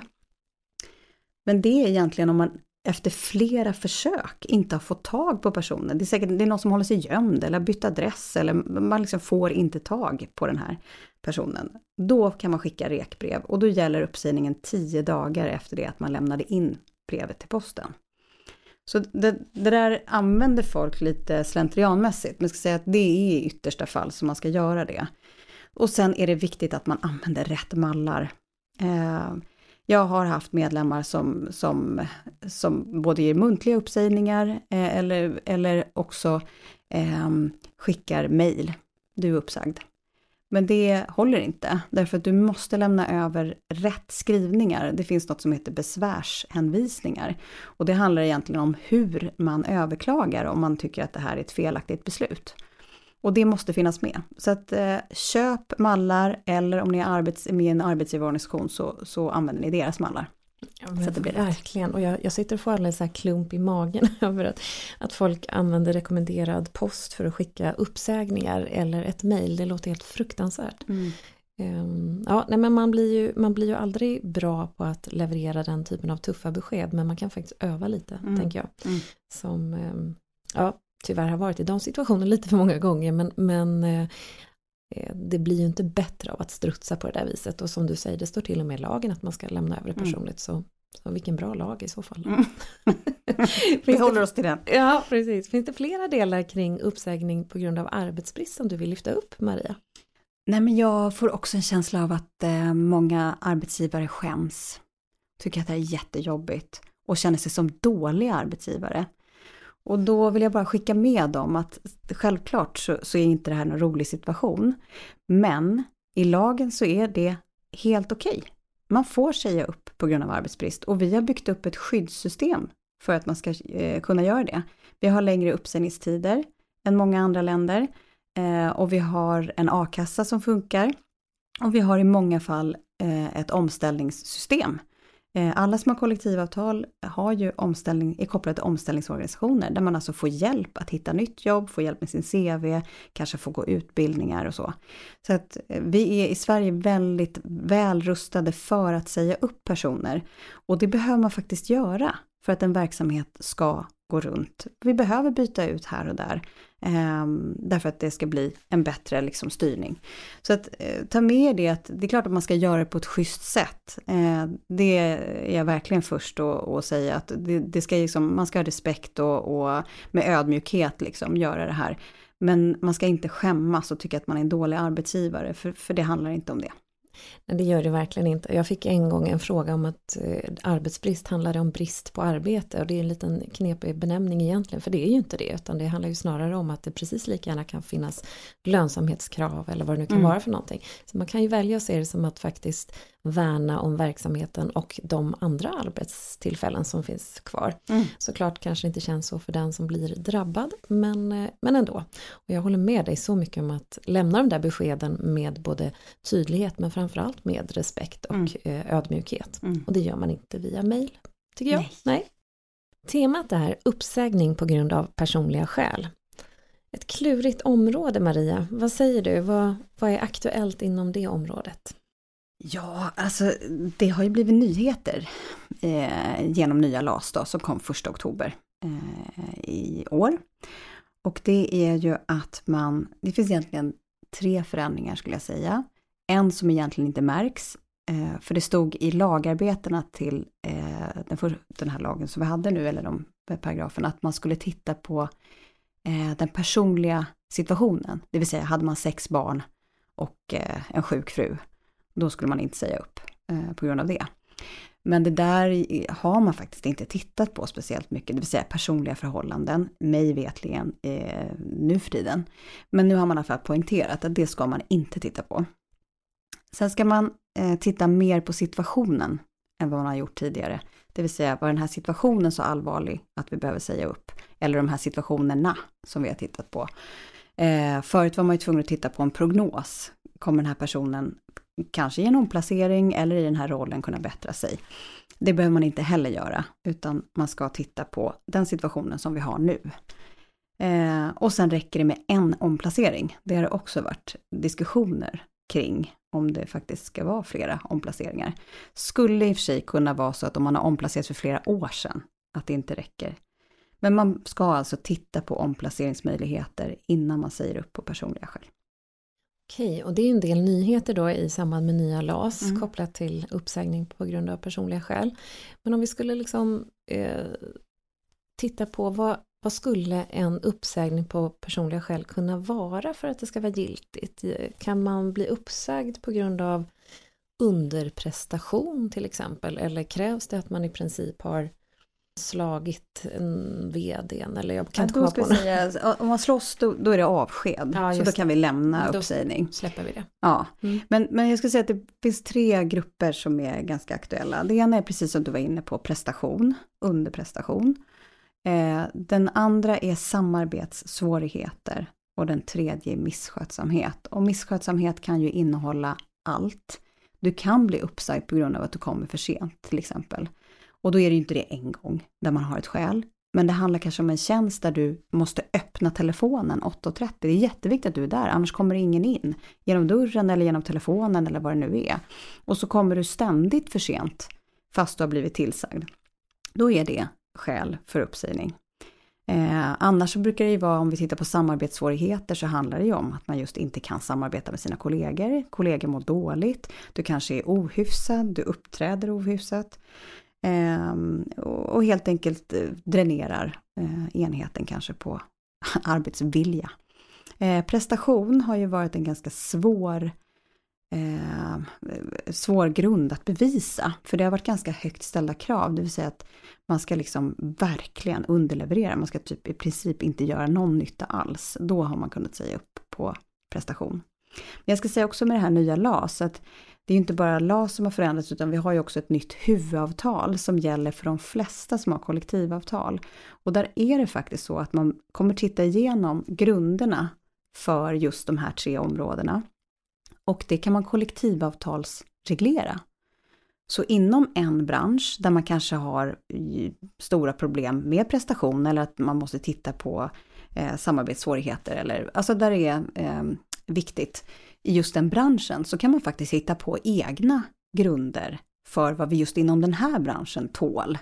Men det är egentligen om man efter flera försök inte har fått tag på personen. Det är någon som håller sig gömd eller bytt adress eller man liksom får inte tag på den här personen. Då kan man skicka rekbrev och då gäller uppsägningen 10 dagar efter det att man lämnade in brevet till posten. Så det där använder folk lite slentrianmässigt. Men jag ska säga att det är i yttersta fall som man ska göra det. Och sen är det viktigt att man använder rätt mallar. Jag har haft medlemmar som både ger muntliga uppsägningar eller också skickar mejl. Du är uppsagd. Men det håller inte. Därför att du måste lämna över rätt skrivningar. Det finns något som heter besvärshänvisningar. Och det handlar egentligen om hur man överklagar om man tycker att det här är ett felaktigt beslut. Och det måste finnas med. Så att köp mallar eller om ni är med i en arbetsgivarorganisation så använder ni deras mallar. Ja, men så att det blir verkligen. Och jag sitter och får alldeles så här klump i magen över att folk använder rekommenderad post för att skicka uppsägningar eller ett mejl. Det låter helt fruktansvärt. Men man blir ju aldrig bra på att leverera den typen av tuffa besked. Men man kan faktiskt öva lite, tänker jag. Som, tyvärr har varit i de situationerna lite för många gånger. Men det blir ju inte bättre av att strutsa på det där viset. Och som du säger, det står till och med i lagen att man ska lämna över det personligt. Så vilken bra lag i så fall. Vi håller oss till den. Ja, precis. Finns det flera delar kring uppsägning på grund av arbetsbrist som du vill lyfta upp, Maria? Nej, men jag får också en känsla av att många arbetsgivare skäms. Tycker att det är jättejobbigt. Och känner sig som dåliga arbetsgivare. Och då vill jag bara skicka med dem att självklart så är inte det här någon rolig situation. Men i lagen så är det helt okej. Man får säga upp på grund av arbetsbrist. Och vi har byggt upp ett skyddssystem för att man ska kunna göra det. Vi har längre uppsägningstider än många andra länder. Och vi har en a-kassa som funkar. Och vi har i många fall ett omställningssystem. Alla som har kollektivavtal har ju är kopplade till omställningsorganisationer där man alltså får hjälp att hitta nytt jobb, får hjälp med sin CV, kanske får gå utbildningar och så. Så att vi är i Sverige väldigt väl rustade för att säga upp personer och det behöver man faktiskt göra för att en verksamhet ska gå runt. Vi behöver byta ut här och där därför att det ska bli en bättre liksom, styrning. Så att ta med det att det är klart att man ska göra det på ett schysst sätt. Det är jag verkligen först att säga att det ska liksom, man ska ha respekt och med ödmjukhet liksom, göra det här. Men man ska inte skämmas och tycka att man är en dålig arbetsgivare för det handlar inte om det. Nej, det gör det verkligen inte. Jag fick en gång en fråga om att arbetsbrist handlar om brist på arbete och det är en liten knepig benämning egentligen för det är ju inte det utan det handlar ju snarare om att det precis lika gärna kan finnas lönsamhetskrav eller vad det nu kan vara för någonting. Så man kan ju välja att se det som att faktiskt värna om verksamheten och de andra arbetstillfällen som finns kvar. Såklart kanske inte känns så för den som blir drabbad men ändå. Och jag håller med dig så mycket om att lämna de där beskeden med både tydlighet men framförallt med respekt och ödmjukhet. Och det gör man inte via mejl, tycker jag. Nej. Temat är uppsägning på grund av personliga skäl. Ett klurigt område, Maria. Vad säger du? Vad är aktuellt inom det området? Ja, alltså det har ju blivit nyheter genom nya LAS då, som kom 1 oktober i år. Och det är ju att det finns egentligen 3 förändringar skulle jag säga. En som egentligen inte märks, för det stod i lagarbetena till den här lagen som vi hade nu, eller de paragraferna, att man skulle titta på den personliga situationen. Det vill säga, hade man 6 barn och en sjuk fru, då skulle man inte säga upp på grund av det. Men det där har man faktiskt inte tittat på speciellt mycket, det vill säga personliga förhållanden, mig vetligen nu för tiden. Men nu har man i alla fall poängterat att det ska man inte titta på. Sen ska man titta mer på situationen än vad man har gjort tidigare. Det vill säga, var den här situationen så allvarlig att vi behöver säga upp? Eller de här situationerna som vi har tittat på. Förut var man ju tvungen att titta på en prognos. Kommer den här personen kanske i en omplacering eller i den här rollen kunna bättra sig? Det behöver man inte heller göra, utan man ska titta på den situationen som vi har nu. Och sen räcker det med en omplacering. Det har också varit diskussioner kring om det faktiskt ska vara flera omplaceringar. Skulle i och för sig kunna vara så att om man har omplacerats för flera år sedan, att det inte räcker. Men man ska alltså titta på omplaceringsmöjligheter innan man säger upp på personliga skäl. Okej, och det är en del nyheter då i samband med nya LAS kopplat till uppsägning på grund av personliga skäl. Men om vi skulle liksom titta på vad skulle en uppsägning på personliga skäl kunna vara för att det ska vara giltigt? Kan man bli uppsagd på grund av underprestation till exempel? Eller krävs det att man i princip har slagit en vd? Eller jag kan inte komma på säga, om man slåss då är det avsked. Ja, så då kan vi lämna uppsägning. Då släpper vi det. Ja, men jag ska säga att det finns 3 grupper som är ganska aktuella. Det ena är precis som du var inne på, prestation, underprestation. Den andra är samarbetssvårigheter och den tredje är misskötsamhet. Och misskötsamhet kan ju innehålla allt. Du kan bli uppsagd på grund av att du kommer för sent till exempel. Och då är det ju inte det en gång där man har ett skäl. Men det handlar kanske om en tjänst där du måste öppna telefonen 8:30. Det är jätteviktigt att du är där, annars kommer ingen in. Genom dörren eller genom telefonen eller vad det nu är. Och så kommer du ständigt för sent fast du har blivit tillsagd. Då är det skäl för uppsägning. Annars så brukar det ju vara, om vi tittar på samarbetssvårigheter, så handlar det ju om att man just inte kan samarbeta med sina kollegor. Kollegor mår dåligt, du kanske är ohyfsad, du uppträder ohyfsat. Och helt enkelt dränerar enheten kanske på arbetsvilja. Prestation har ju varit en ganska svår grund att bevisa, för det har varit ganska högt ställda krav, det vill säga att man ska liksom verkligen underleverera, man ska typ i princip inte göra någon nytta alls. Då har man kunnat säga upp på prestation. Men jag ska säga också med det här nya LAS att det är inte bara LAS som har förändrats, utan vi har ju också ett nytt huvudavtal som gäller för de flesta som har kollektivavtal. Och där är det faktiskt så att man kommer titta igenom grunderna för just de här 3 områdena. Och det kan man kollektivavtalsreglera. Så inom en bransch där man kanske har stora problem med prestation, eller att man måste titta på samarbetssvårigheter, eller alltså där det är viktigt i just den branschen, så kan man faktiskt hitta på egna grunder för vad vi just inom den här branschen tål.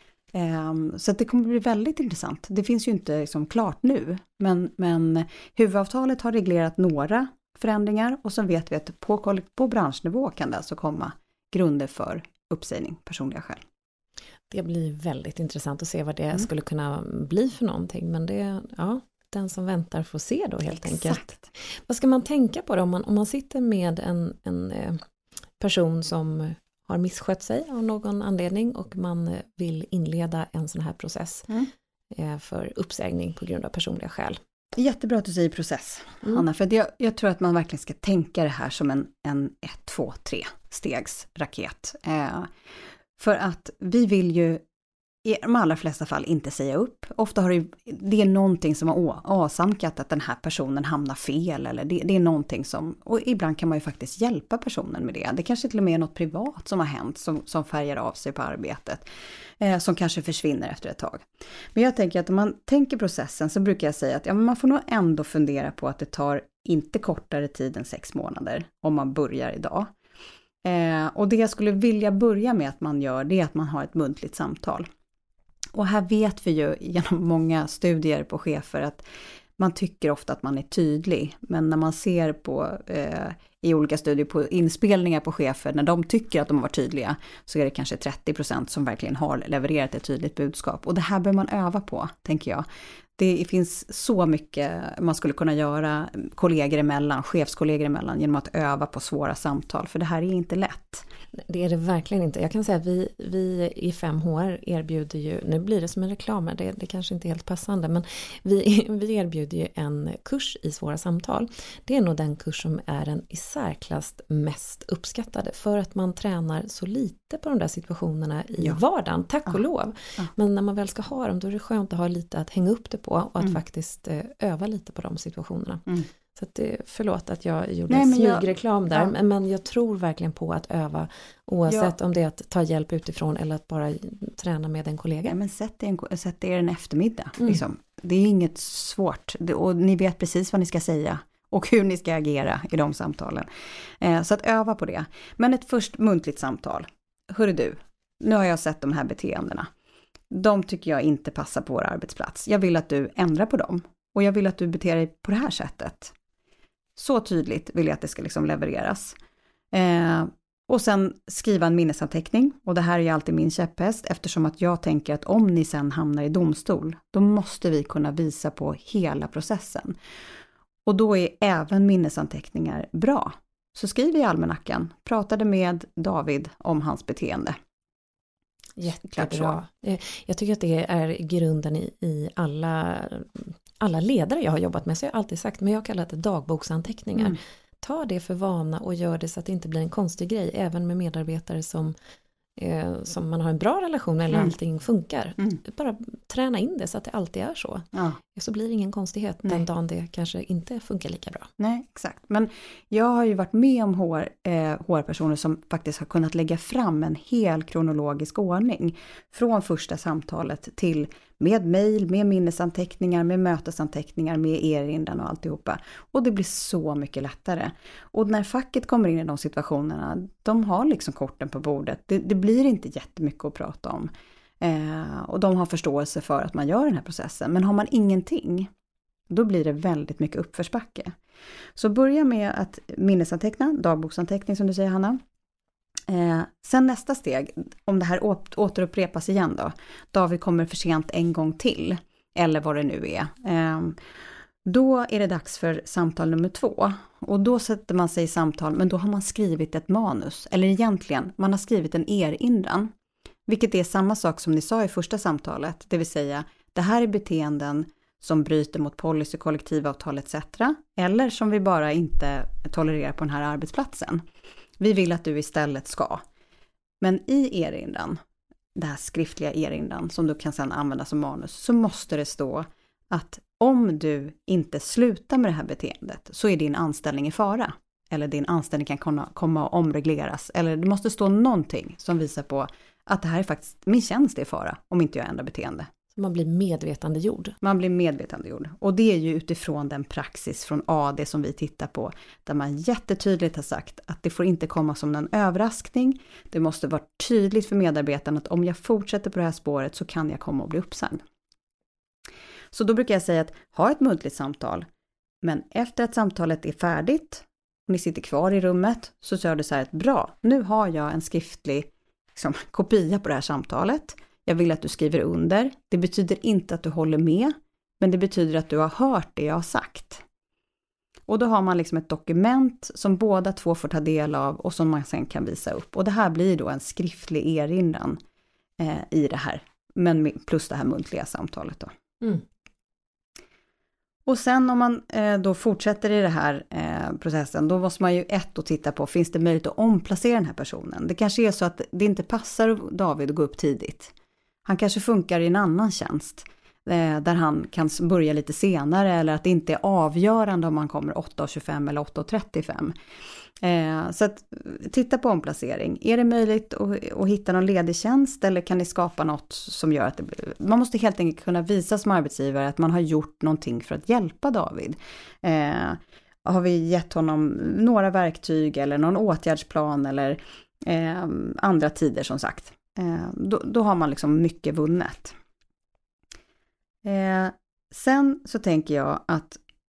Så att det kommer bli väldigt intressant. Det finns ju inte liksom klart nu, men huvudavtalet har reglerat några förändringar, och så vet vi att på branschnivå kan det alltså komma grunder för uppsägning, personliga skäl. Det blir väldigt intressant att se vad det skulle kunna bli för någonting, men det, ja, den som väntar får se då helt enkelt. Vad ska man tänka på då om man sitter med en person som har misskött sig av någon anledning och man vill inleda en sån här process för uppsägning på grund av personliga skäl? Jättebra att du säger process, Anna, för jag tror att man verkligen ska tänka det här som en 1, 2, 3 stegs raket. För att vi vill ju i de allra flesta fall inte säga upp. Ofta har det är någonting som har åsamkat att den här personen hamnar fel, eller det är någonting som, och ibland kan man ju faktiskt hjälpa personen med det. Det kanske till och med är något privat som har hänt som färgar av sig på arbetet, som kanske försvinner efter ett tag. Men jag tänker att om man tänker processen, så brukar jag säga att men man får nog ändå fundera på att det tar inte kortare tid än 6 månader om man börjar idag. Och det jag skulle vilja börja med att man gör, det är att man har ett muntligt samtal. Och här vet vi ju genom många studier på chefer att man tycker ofta att man är tydlig. Men när man ser på i olika studier på inspelningar på chefer, när de tycker att de har varit tydliga, så är det kanske 30% som verkligen har levererat ett tydligt budskap. Och det här bör man öva på, tänker jag. Det finns så mycket man skulle kunna göra kollegor emellan, chefskollegor emellan genom att öva på svåra samtal. För det här är inte lätt. Det är det verkligen inte. Jag kan säga att vi i 5HR erbjuder ju, nu blir det som en reklam, det kanske inte är helt passande, men vi erbjuder ju en kurs i svåra samtal. Det är nog den kurs som är den i särklass mest uppskattade, för att man tränar så lite på de där situationerna i vardagen, tack och lov. Ja. Men när man väl ska ha dem, då är det skönt att ha lite att hänga upp det på och att faktiskt öva lite på de situationerna. Så att förlåt att jag gjorde smygreklam där, men jag tror verkligen på att öva, oavsett om det är att ta hjälp utifrån eller att bara träna med en kollega. Ja, men sätt er en eftermiddag. Liksom. Det är inget svårt, och ni vet precis vad ni ska säga och hur ni ska agera i de samtalen. Så att öva på det. Men ett först muntligt samtal. Hörru du, nu har jag sett de här beteendena. De tycker jag inte passar på vår arbetsplats. Jag vill att du ändrar på dem. Och jag vill att du beter dig på det här sättet. Så tydligt vill jag att det ska liksom levereras. Och sen skriva en minnesanteckning. Och det här är ju alltid min käpphäst. Eftersom att jag tänker att om ni sen hamnar i domstol, då måste vi kunna visa på hela processen. Och då är även minnesanteckningar bra. Så skriv i almanackan. Pratade med David om hans beteende. Jättebra. Jag tycker att det är grunden i alla ledare jag har jobbat med. Så jag har alltid sagt, men jag kallar det dagboksanteckningar. Ta det för vana och gör det så att det inte blir en konstig grej. Även med medarbetare som man har en bra relation eller allting funkar. Bara träna in det så att det alltid är så. Ja. Så blir det ingen konstighet den dagen det kanske inte funkar lika bra. Nej, exakt. Men jag har ju varit med om HR-personer som faktiskt har kunnat lägga fram en hel kronologisk ordning. Från första samtalet till med mejl, med minnesanteckningar, med mötesanteckningar, med erinran och alltihopa. Och det blir så mycket lättare. Och när facket kommer in i de situationerna, de har liksom korten på bordet. Det blir inte jättemycket att prata om. Och de har förståelse för att man gör den här processen. Men har man ingenting, då blir det väldigt mycket uppförsbacke. Så börja med att minnesanteckna, dagboksanteckning som du säger, Hanna. Sen nästa steg, om det här återupprepas igen då, David kommer för sent en gång till, eller vad det nu är, då är det dags för samtal nummer 2. Och då sätter man sig i samtal, men då har man skrivit ett manus, eller egentligen, man har skrivit en erinran, vilket är samma sak som ni sa i första samtalet, det vill säga, det här är beteenden som bryter mot policy, kollektivavtal etc. Eller som vi bara inte tolererar på den här arbetsplatsen. Vi vill att du istället ska. Men i erinran, det här skriftliga erinran som du kan sedan använda som manus, så måste det stå att om du inte slutar med det här beteendet så är din anställning i fara. Eller din anställning kan komma att omregleras. Eller det måste stå någonting som visar på att det här är faktiskt min tjänst är i fara om inte jag ändrar beteende. Man blir medvetandegjord. Man blir medvetandegjord. Och det är ju utifrån den praxis från AD som vi tittar på. Där man jättetydligt har sagt att det får inte komma som en överraskning. Det måste vara tydligt för medarbetarna att om jag fortsätter på det här spåret så kan jag komma att bli uppsagd. Så då brukar jag säga att ha ett muntligt samtal. Men efter att samtalet är färdigt och ni sitter kvar i rummet så gör du så här att bra, nu har jag en skriftlig kopia på det här samtalet. Jag vill att du skriver under. Det betyder inte att du håller med, men det betyder att du har hört det jag har sagt. Och då har man liksom ett dokument som båda två får ta del av och som man sen kan visa upp. Och det här blir då en skriftlig erinran i det här, men plus det här muntliga samtalet då. Och sen om man då fortsätter i det här processen, då måste man ju att titta på, finns det möjlighet att omplacera den här personen? Det kanske är så att det inte passar David att gå upp tidigt. Han kanske funkar i en annan tjänst där han kan börja lite senare, eller att det inte är avgörande om han kommer 8:25 eller 8:35. Så att titta på omplacering. Är det möjligt att hitta någon ledig tjänst, eller kan ni skapa något som gör att man måste helt enkelt kunna visa som arbetsgivare att man har gjort någonting för att hjälpa David. Har vi gett honom några verktyg eller någon åtgärdsplan eller andra tider som sagt. Då har man liksom mycket vunnet. Sen så tänker jag att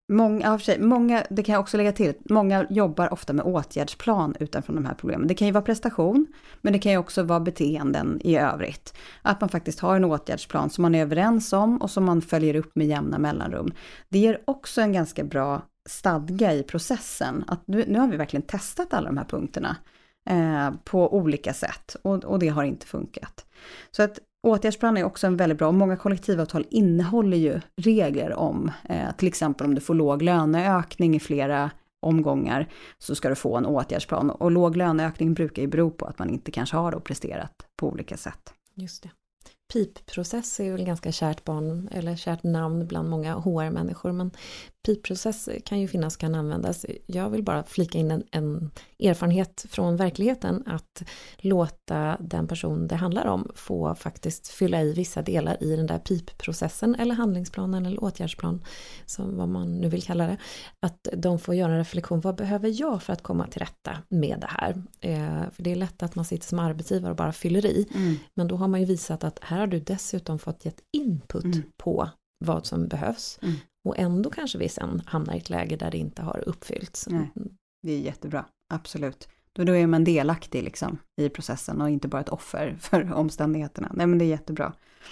Många, det kan jag också lägga till, många jobbar ofta med åtgärdsplan utifrån de här problemen. Det kan ju vara prestation, men det kan ju också vara beteenden i övrigt. Att man faktiskt har en åtgärdsplan som man är överens om och som man följer upp med jämna mellanrum. Det ger också en ganska bra stadga i processen. Att nu har vi verkligen testat alla de här punkterna på olika sätt och det har inte funkat. Så att åtgärdsplan är också en väldigt bra, och många kollektivavtal innehåller ju regler om till exempel om du får låg löneökning i flera omgångar så ska du få en åtgärdsplan, och låg löneökning brukar ju bero på att man inte kanske har presterat på olika sätt. Just det. PIP-process är väl ganska kärt barn eller kärt namn bland många HR-människor, men PIP-process kan ju finnas, kan användas. Jag vill bara flika in en erfarenhet från verkligheten, att låta den person det handlar om få faktiskt fylla i vissa delar i den där PIP-processen eller handlingsplanen eller åtgärdsplan, som vad man nu vill kalla det, att de får göra en reflektion, vad behöver jag för att komma till rätta med det här? För det är lätt att man sitter som arbetsgivare och bara fyller i, men då har man ju visat att här har du dessutom fått gett input på vad som behövs. Och ändå kanske vi sen hamnar i ett läge där det inte har uppfyllts. Nej, det är jättebra, absolut. Då är man delaktig liksom i processen och inte bara ett offer för omständigheterna. Nej, men det är jättebra.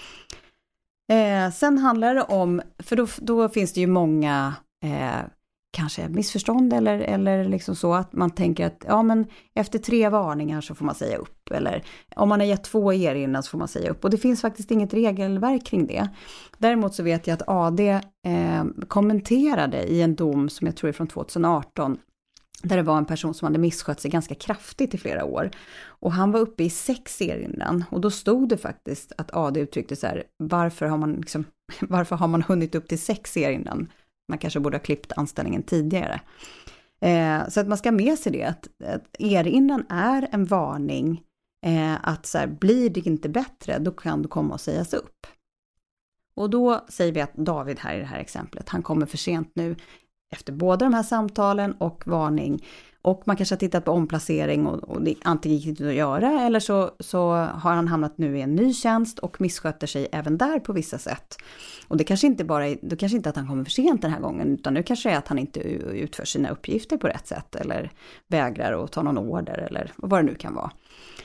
Sen handlar det om, för då finns det ju många kanske missförstånd eller liksom så att man tänker att ja, men efter 3 varningar så får man säga upp, eller om man har gett 2 erinran så får man säga upp, och det finns faktiskt inget regelverk kring det. Däremot så vet jag att AD kommenterade i en dom som jag tror är från 2018, där det var en person som hade misskött sig ganska kraftigt i flera år, och han var uppe i 6 erinran, och då stod det faktiskt att AD uttryckte så här, varför har man hunnit upp till 6 erinran? Man kanske borde ha klippt anställningen tidigare. Så att man ska med sig det. Att erinran är en varning. Att så här, blir det inte bättre, då kan du komma och sägas upp. Och då säger vi att David här i det här exemplet, han kommer för sent nu efter båda de här samtalen och varning. Och man kanske har tittat på omplacering och det antingen gick inte att göra, eller så har han hamnat nu i en ny tjänst och missköter sig även där på vissa sätt. Och det kanske inte att han kommer för sent den här gången, utan nu kanske är att han inte utför sina uppgifter på rätt sätt eller vägrar att ta någon order eller vad det nu kan vara.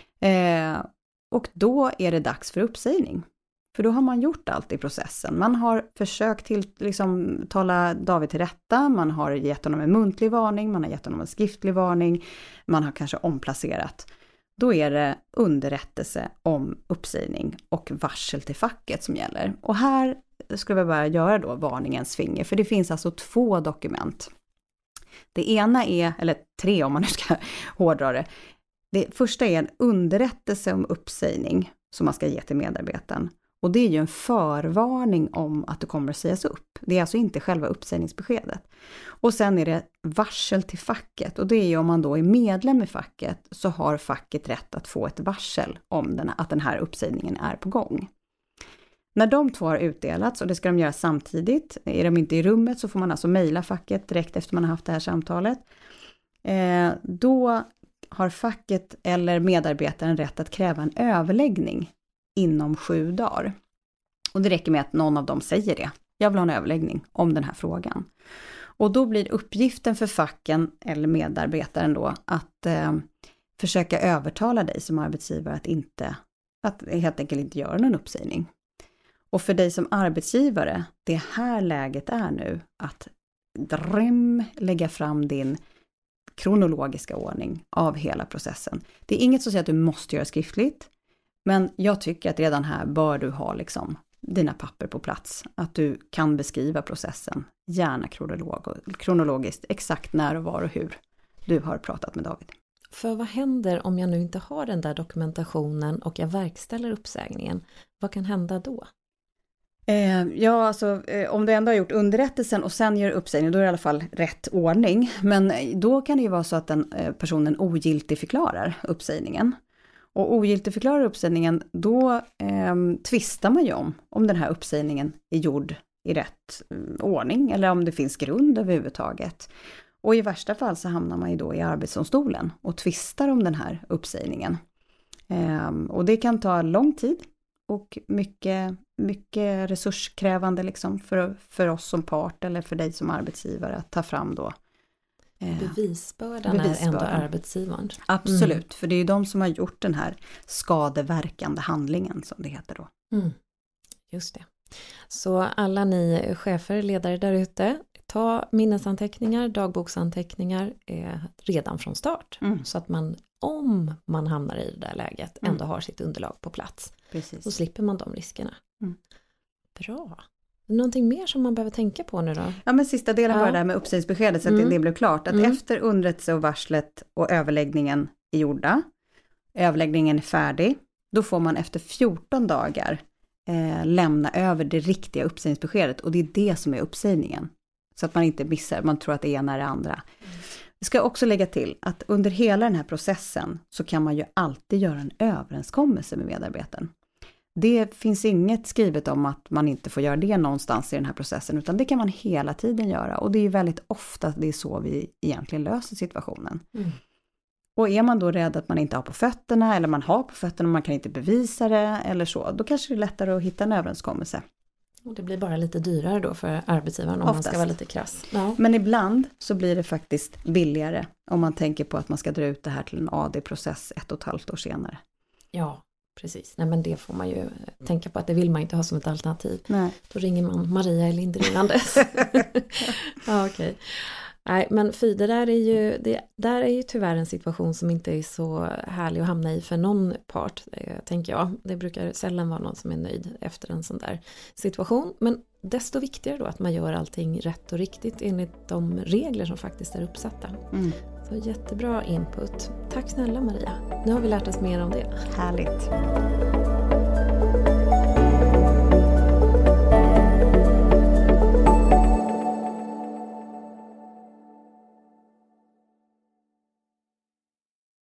Och då är det dags för uppsägning. För då har man gjort allt i processen. Man har försökt tala David till rätta, man har gett honom en muntlig varning, man har gett honom en skriftlig varning, man har kanske omplacerat. Då är det underrättelse om uppsägning och varsel till facket som gäller. Och här skulle vi bara göra då varningens finger, för det finns alltså 2 dokument. Det ena är, eller 3 om man nu ska hårdra det. Det första är en underrättelse om uppsägning som man ska ge till medarbetaren. Och det är ju en förvarning om att du kommer att sägas upp. Det är alltså inte själva uppsägningsbeskedet. Och sen är det varsel till facket. Och det är ju om man då är medlem i facket, så har facket rätt att få ett varsel om att den här uppsägningen är på gång. När de 2 har utdelats, och det ska de göra samtidigt, är de inte i rummet så får man alltså mejla facket direkt efter man har haft det här samtalet. Då har facket eller medarbetaren rätt att kräva en överläggning inom 7 dagar. Och det räcker med att någon av dem säger det. Jag vill ha en överläggning om den här frågan. Och då blir uppgiften för facken eller medarbetaren då att försöka övertala dig som arbetsgivare att helt enkelt inte göra någon uppsägning. Och för dig som arbetsgivare, det här läget är nu att lägga fram din kronologiska ordning av hela processen. Det är inget som säger att du måste göra skriftligt. Men jag tycker att redan här bör du ha dina papper på plats. Att du kan beskriva processen, gärna kronologiskt, exakt när och var och hur du har pratat med David. För vad händer om jag nu inte har den där dokumentationen och jag verkställer uppsägningen? Vad kan hända då? Om du ändå har gjort underrättelsen och sen gör uppsägning, då är det i alla fall rätt ordning. Men då kan det ju vara så att den personen ogiltigförklarar uppsägningen. Och ogiltigförklarar uppsägningen, då tvistar man ju om den här uppsägningen är gjord i rätt ordning eller om det finns grund överhuvudtaget. Och i värsta fall så hamnar man ju då i arbetsdomstolen och tvistar om den här uppsägningen. Och det kan ta lång tid och mycket resurskrävande liksom för oss som part eller för dig som arbetsgivare att ta fram då. Bevisbördan är ändå arbetsgivaren. Absolut, för det är ju de som har gjort den här skadeverkande handlingen som det heter då. Just det. Så alla ni chefer, ledare där ute, ta minnesanteckningar, dagboksanteckningar redan från start. Så att man, om man hamnar i det där läget, ändå har sitt underlag på plats. Precis. Så slipper man de riskerna. Bra. Någonting mer som man behöver tänka på nu då? Ja, men sista delen var det där med uppsägningsbeskedet, så att det blev klart. Att efter underrättelse och varslet och överläggningen är gjorda, överläggningen är färdig, då får man efter 14 dagar lämna över det riktiga uppsägningsbeskedet. Och det är det som är uppsägningen. Så att man inte missar, man tror att det ena är det andra. Vi ska också lägga till att under hela den här processen så kan man ju alltid göra en överenskommelse med medarbetaren. Det finns inget skrivet om att man inte får göra det någonstans i den här processen, utan det kan man hela tiden göra. Och det är ju väldigt ofta det är så vi egentligen löser situationen. Och är man då rädd att man inte har på fötterna, eller man har på fötterna och man kan inte bevisa det eller så, då kanske det är lättare att hitta en överenskommelse. Och det blir bara lite dyrare då för arbetsgivaren om man ska vara lite krass. Ja. Men ibland så blir det faktiskt billigare om man tänker på att man ska dra ut det här till en AD-process 1,5 år senare. Ja, precis. Nej, men det får man ju tänka på att det vill man inte ha som ett alternativ. Nej. Då ringer man Maria eller Linder innan dess. Ja, okej. Nej, men det där är ju tyvärr en situation som inte är så härlig att hamna i för någon part, tänker jag. Det brukar sällan vara någon som är nöjd efter en sån där situation. Men desto viktigare då att man gör allting rätt och riktigt enligt de regler som faktiskt är uppsatta. Så jättebra input. Tack snälla Maria. Nu har vi lärt oss mer om det. Härligt.